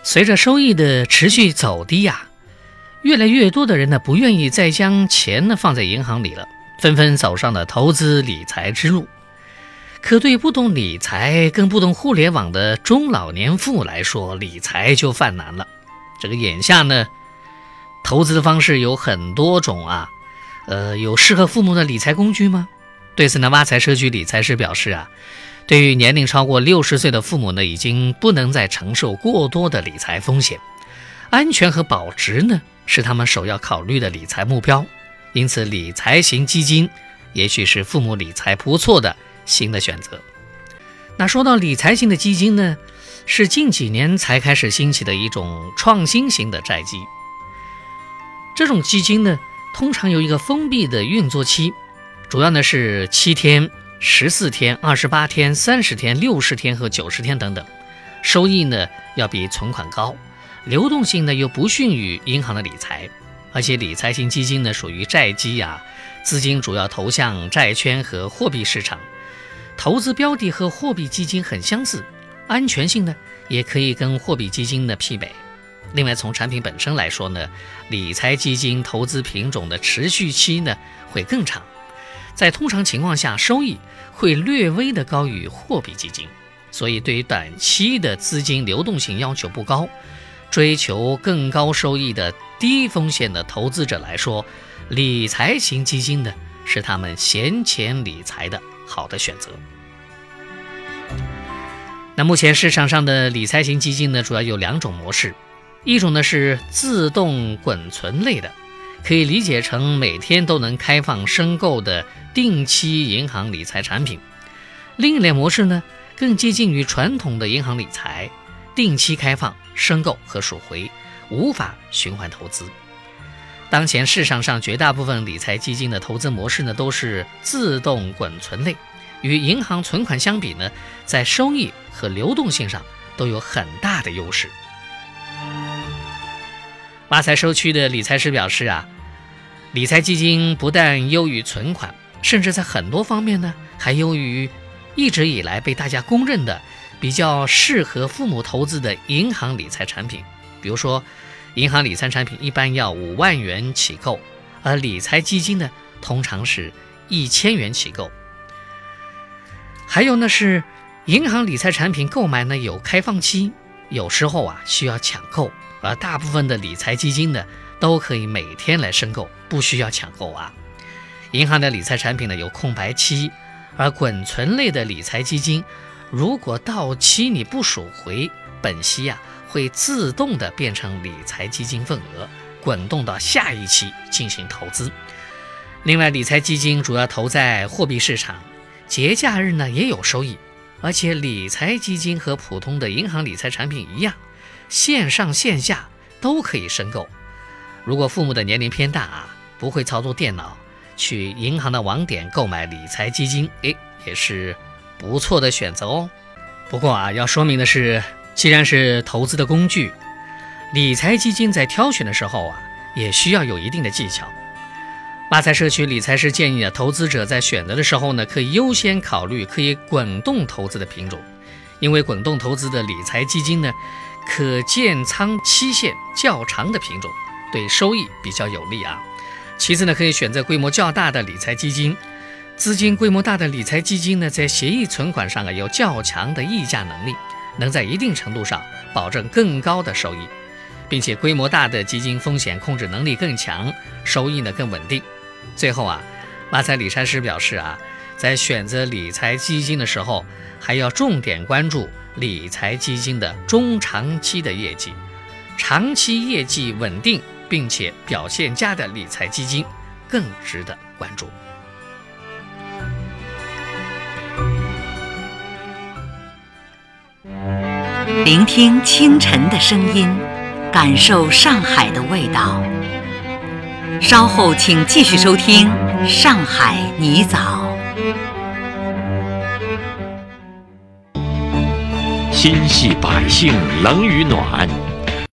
随着收益的持续走低越来越多的人呢不愿意再将钱呢放在银行里了，纷纷走上了投资理财之路。可对不懂理财更不懂互联网的中老年妇来说，理财就犯难了。这个眼下呢，投资的方式有很多种有适合父母的理财工具吗？对此呢，挖财社区理财师表示对于年龄超过60岁的父母呢，已经不能再承受过多的理财风险，安全和保值呢是他们首要考虑的理财目标。因此理财型基金也许是父母理财不错的新的选择。那说到理财型的基金呢，是近几年才开始兴起的一种创新型的债基。这种基金呢通常有一个封闭的运作期，主要呢是7天、14天、28天、30天、60天和90天等等，收益呢要比存款高，流动性呢又不逊于银行的理财。而且理财型基金呢属于债基资金主要投向债券和货币市场，投资标的和货币基金很相似，安全性呢也可以跟货币基金的媲美。另外从产品本身来说呢，理财基金投资品种的持续期呢会更长，在通常情况下收益会略微的高于货币基金，所以对于短期的资金流动性要求不高，追求更高收益的低风险的投资者来说，理财型基金呢是他们闲钱理财的好的选择。那目前市场上的理财型基金呢主要有2种模式，一种呢是自动滚存类的，可以理解成每天都能开放申购的定期银行理财产品。另一类模式呢更接近于传统的银行理财，定期开放、申购和赎回，无法循环投资。当前市场上绝大部分理财基金的投资模式呢都是自动滚存类，与银行存款相比呢，在收益和流动性上都有很大的优势。挖财社区的理财师表示理财基金不但优于存款，甚至在很多方面呢还优于一直以来被大家公认的比较适合父母投资的银行理财产品。比如说银行理财产品一般要5万元起购，而理财基金呢通常是1000元起购。还有呢是银行理财产品购买呢有开放期，有时候需要抢购，而大部分的理财基金呢都可以每天来申购，不需要抢购银行的理财产品呢有空白期，而滚存类的理财基金如果到期你不赎回，本息会自动的变成理财基金份额，滚动到下一期进行投资。另外理财基金主要投在货币市场，节假日呢也有收益，而且理财基金和普通的银行理财产品一样，线上线下都可以申购。如果父母的年龄偏大不会操作电脑，去银行的网点购买理财基金也是不错的选择哦。不过要说明的是，既然是投资的工具，理财基金在挑选的时候也需要有一定的技巧。挖财社区理财师建议投资者在选择的时候呢，可以优先考虑可以滚动投资的品种，因为滚动投资的理财基金呢，可建仓期限较长的品种，对收益比较有利其次呢，可以选择规模较大的理财基金。资金规模大的理财基金呢，在协议存款上有较强的议价能力，能在一定程度上保证更高的收益，并且规模大的基金风险控制能力更强，收益呢更稳定。最后挖财理财师表示在选择理财基金的时候，还要重点关注理财基金的中长期的业绩，长期业绩稳定并且表现佳的理财基金更值得关注。 聆听清晨的声音，感受上海的味道。稍后请继续收听《上海泥早》。 心系百姓冷与暖，